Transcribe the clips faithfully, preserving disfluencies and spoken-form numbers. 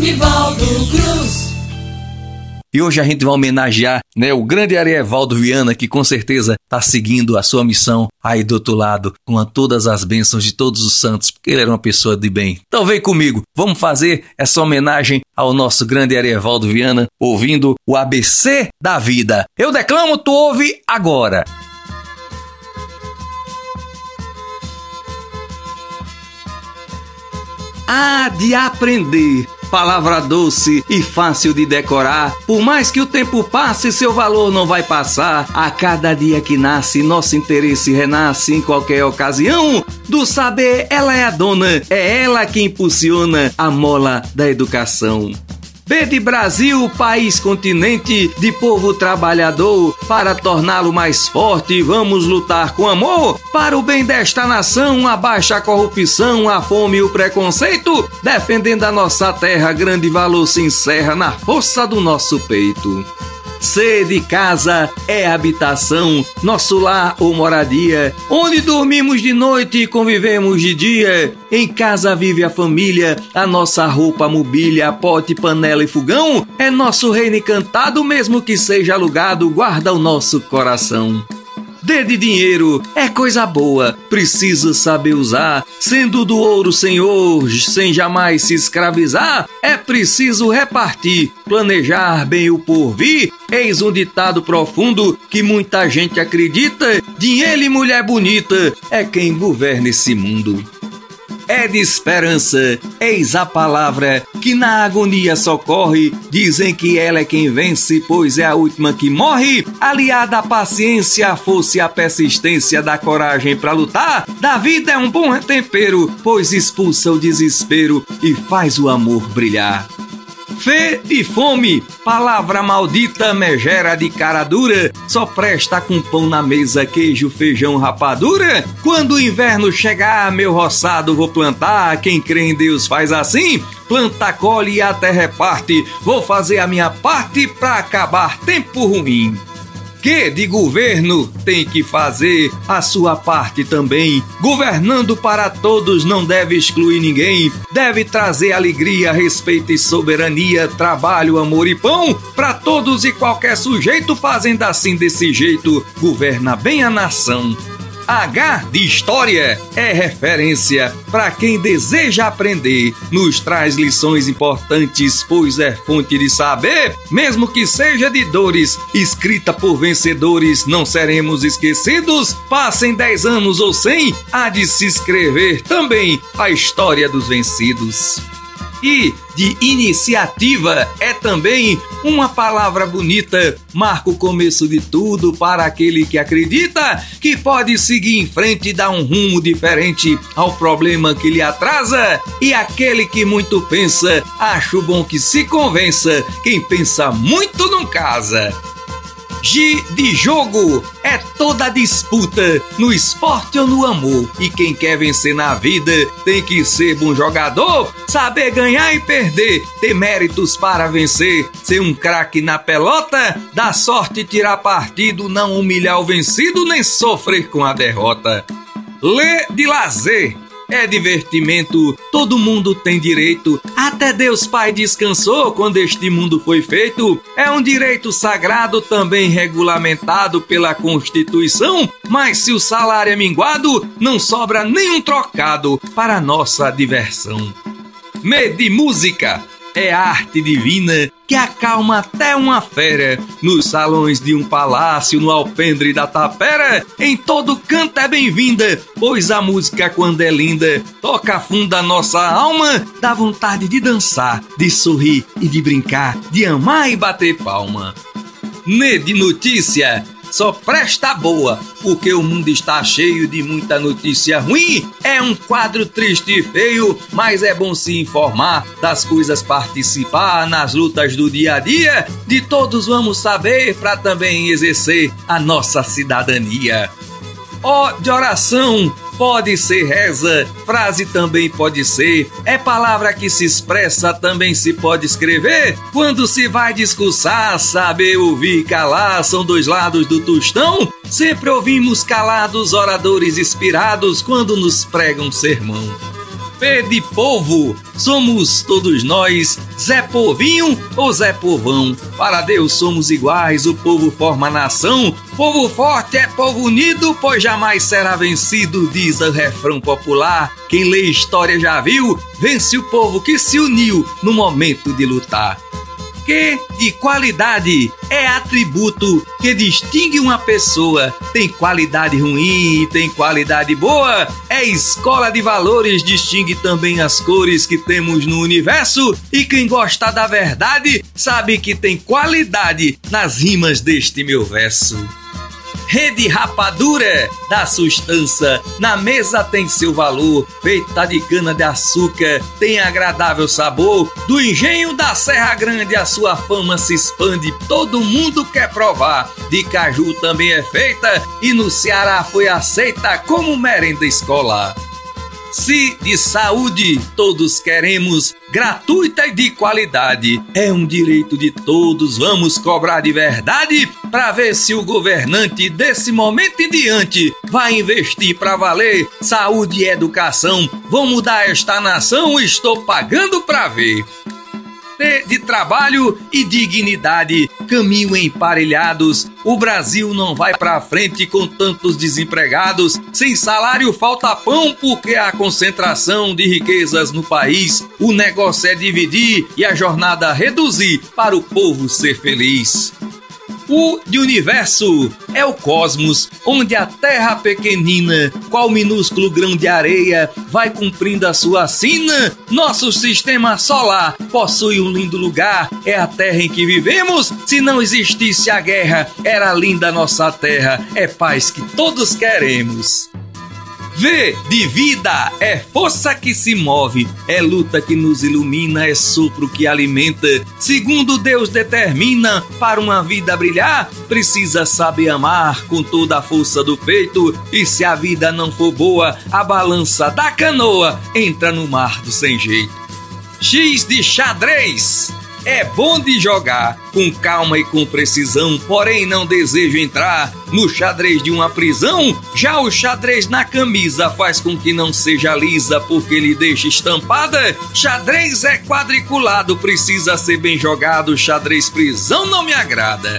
Nivaldo Cruz. E hoje a gente vai homenagear, né, o grande Arievaldo Viana, que com certeza está seguindo a sua missão aí do outro lado, com todas as bênçãos de todos os santos, porque ele era uma pessoa de bem. Então vem comigo, vamos fazer essa homenagem ao nosso grande Arievaldo Viana, ouvindo o A B C da vida. Eu declamo, tu ouve agora. Há de aprender, palavra doce e fácil de decorar. Por mais que o tempo passe, seu valor não vai passar. A cada dia que nasce, nosso interesse renasce em qualquer ocasião. Do saber, ela é a dona, é ela que impulsiona a mola da educação. B de Brasil, país continente de povo trabalhador, para torná-lo mais forte, vamos lutar com amor. Para o bem desta nação, abaixa a corrupção, a fome e o preconceito, defendendo a nossa terra, grande valor se encerra na força do nosso peito. C de casa é habitação, nosso lar ou moradia, onde dormimos de noite e convivemos de dia. Em casa vive a família, a nossa roupa, mobília, pote, panela e fogão. É nosso reino encantado, mesmo que seja alugado, guarda o nosso coração. D de dinheiro é coisa boa, preciso saber usar, sendo do ouro senhor, sem jamais se escravizar. É preciso repartir, planejar bem o porvir. Eis um ditado profundo que muita gente acredita: dinheiro e mulher bonita é quem governa esse mundo. É de esperança, eis a palavra que na agonia socorre. Dizem que ela é quem vence, pois é a última que morre. Aliada à paciência, a força e a persistência, da coragem pra lutar. Da vida é um bom tempero, pois expulsa o desespero e faz o amor brilhar. Fé de fome, palavra maldita, megera de cara dura, só presta com pão na mesa, queijo, feijão, rapadura. Quando o inverno chegar, meu roçado vou plantar, quem crê em Deus faz assim, planta, colhe e a terra reparte, vou fazer a minha parte pra acabar tempo ruim. Que de governo tem que fazer a sua parte também. Governando para todos, não deve excluir ninguém. Deve trazer alegria, respeito e soberania, trabalho, amor e pão para todos e qualquer sujeito. Fazendo assim desse jeito, governa bem a nação. H de história é referência para quem deseja aprender, nos traz lições importantes, pois é fonte de saber, mesmo que seja de dores, escrita por vencedores, não seremos esquecidos. Passem dez anos ou cem, há de se escrever também a história dos vencidos. E de iniciativa é também uma palavra bonita, marca o começo de tudo para aquele que acredita que pode seguir em frente e dar um rumo diferente ao problema que lhe atrasa. E aquele que muito pensa, acho bom que se convença, quem pensa muito não casa. G de jogo é toda disputa, no esporte ou no amor. E quem quer vencer na vida tem que ser bom jogador, saber ganhar e perder, ter méritos para vencer, ser um craque na pelota, dar sorte e tirar partido, não humilhar o vencido nem sofrer com a derrota. L de lazer é divertimento, todo mundo tem direito, até Deus Pai descansou quando este mundo foi feito. É um direito sagrado, também regulamentado pela Constituição, mas se o salário é minguado, não sobra nenhum trocado para nossa diversão. M de música é arte divina que acalma até uma fera, nos salões de um palácio, no alpendre da tapera. Em todo canto é bem-vinda, pois a música, quando é linda, toca fundo a nossa alma, dá vontade de dançar, de sorrir e de brincar, de amar e bater palma. N de notícia só presta boa, porque o mundo está cheio de muita notícia ruim. É um quadro triste e feio, mas é bom se informar das coisas, participar nas lutas do dia a dia. De todos vamos saber, para também exercer a nossa cidadania. Ó de oração, pode ser reza, frase também pode ser, é palavra que se expressa, também se pode escrever. Quando se vai discursar, saber ouvir e calar são dois lados do tostão. Sempre ouvimos calados oradores inspirados quando nos pregam sermão. P de povo, somos todos nós, Zé Povinho ou Zé Povão. Para Deus somos iguais, o povo forma a nação. Povo forte é povo unido, pois jamais será vencido, diz o refrão popular. Quem lê história já viu, vence o povo que se uniu no momento de lutar. Que de qualidade é atributo que distingue uma pessoa. Tem qualidade ruim e tem qualidade boa. É escola de valores, distingue também as cores que temos no universo. E quem gosta da verdade sabe que tem qualidade nas rimas deste meu verso. Rede rapadura da sustância, na mesa tem seu valor, feita de cana de açúcar, tem agradável sabor, do engenho da Serra Grande a sua fama se expande, todo mundo quer provar, de caju também é feita e no Ceará foi aceita como merenda escolar. Se de saúde todos queremos, gratuita e de qualidade, é um direito de todos, vamos cobrar de verdade, pra ver se o governante desse momento em diante vai investir pra valer, saúde e educação, vão mudar esta nação, estou pagando pra ver. De trabalho e dignidade, caminho emparelhados, o Brasil não vai pra frente com tantos desempregados, sem salário falta pão porque há concentração de riquezas no país, o negócio é dividir e a jornada reduzir para o povo ser feliz. O de universo é o cosmos, onde a terra pequenina, qual minúsculo grão de areia, vai cumprindo a sua sina. Nosso sistema solar possui um lindo lugar, é a terra em que vivemos. Se não existisse a guerra, era linda nossa terra, é paz que todos queremos. V de vida é força que se move, é luta que nos ilumina, é sopro que alimenta. Segundo Deus determina, para uma vida brilhar, precisa saber amar com toda a força do peito. E se a vida não for boa, a balança da canoa entra no mar do sem jeito. X de xadrez. É bom de jogar, com calma e com precisão, porém não desejo entrar no xadrez de uma prisão. Já o xadrez na camisa faz com que não seja lisa, porque lhe deixa estampada. Xadrez é quadriculado, precisa ser bem jogado, xadrez prisão não me agrada.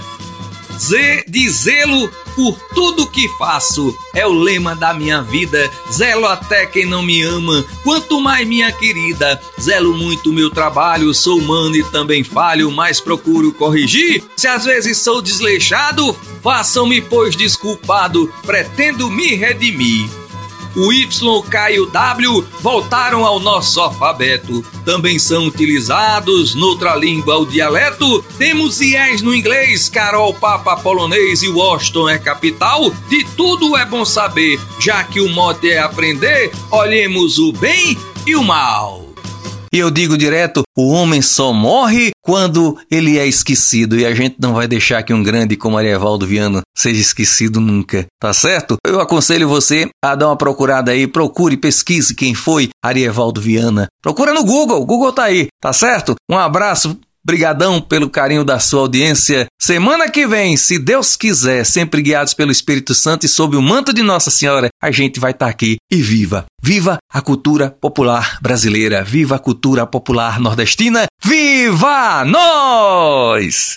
Z de zelo por tudo que faço, é o lema da minha vida, zelo até quem não me ama, quanto mais minha querida, zelo muito meu trabalho, sou humano e também falho, mas procuro corrigir, se às vezes sou desleixado, façam-me pois desculpado, pretendo me redimir. O Y, K e o W voltaram ao nosso alfabeto. Também são utilizados noutra língua o dialeto. Temos iés no inglês, Carol, Papa, polonês e Washington é capital. De tudo é bom saber, já que o mote é aprender. Olhemos o bem e o mal. E eu digo direto, o homem só morre quando ele é esquecido. E a gente não vai deixar que um grande como Arievaldo Viana seja esquecido nunca, tá certo? Eu aconselho você a dar uma procurada aí, procure, pesquise quem foi Arievaldo Viana. Procura no Google, o Google tá aí, tá certo? Um abraço. Brigadão pelo carinho da sua audiência. Semana que vem, se Deus quiser, sempre guiados pelo Espírito Santo e sob o manto de Nossa Senhora, a gente vai estar aqui. E viva! Viva a cultura popular brasileira! Viva a cultura popular nordestina! Viva nós!